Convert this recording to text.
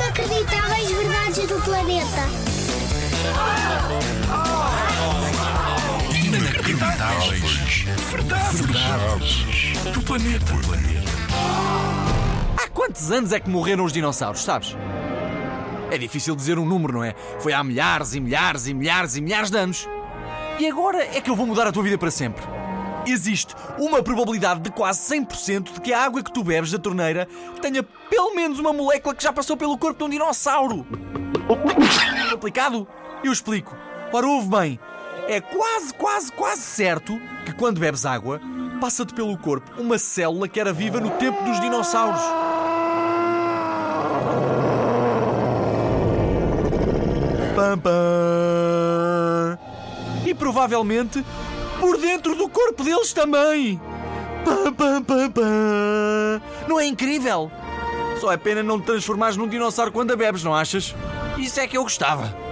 Inacreditáveis verdades do planeta. Inacreditáveis verdades do planeta. Há quantos anos é que morreram os dinossauros, sabes? É difícil dizer um número, não é? Foi há milhares e milhares e milhares e milhares de anos. E agora é que eu vou mudar a tua vida para sempre. Existe uma probabilidade de quase 100% de que a água que tu bebes da torneira tenha pelo menos uma molécula que já passou pelo corpo de um dinossauro. Complicado? Eu explico. Ora, ouve bem. É quase certo que quando bebes água, passa-te pelo corpo uma célula que era viva no tempo dos dinossauros. Pam, pam. E provavelmente por dentro do corpo deles também. Pam, pam, pam, pam. Não é incrível? Só é pena não te transformares num dinossauro quando a bebes, não achas? Isso é que eu gostava.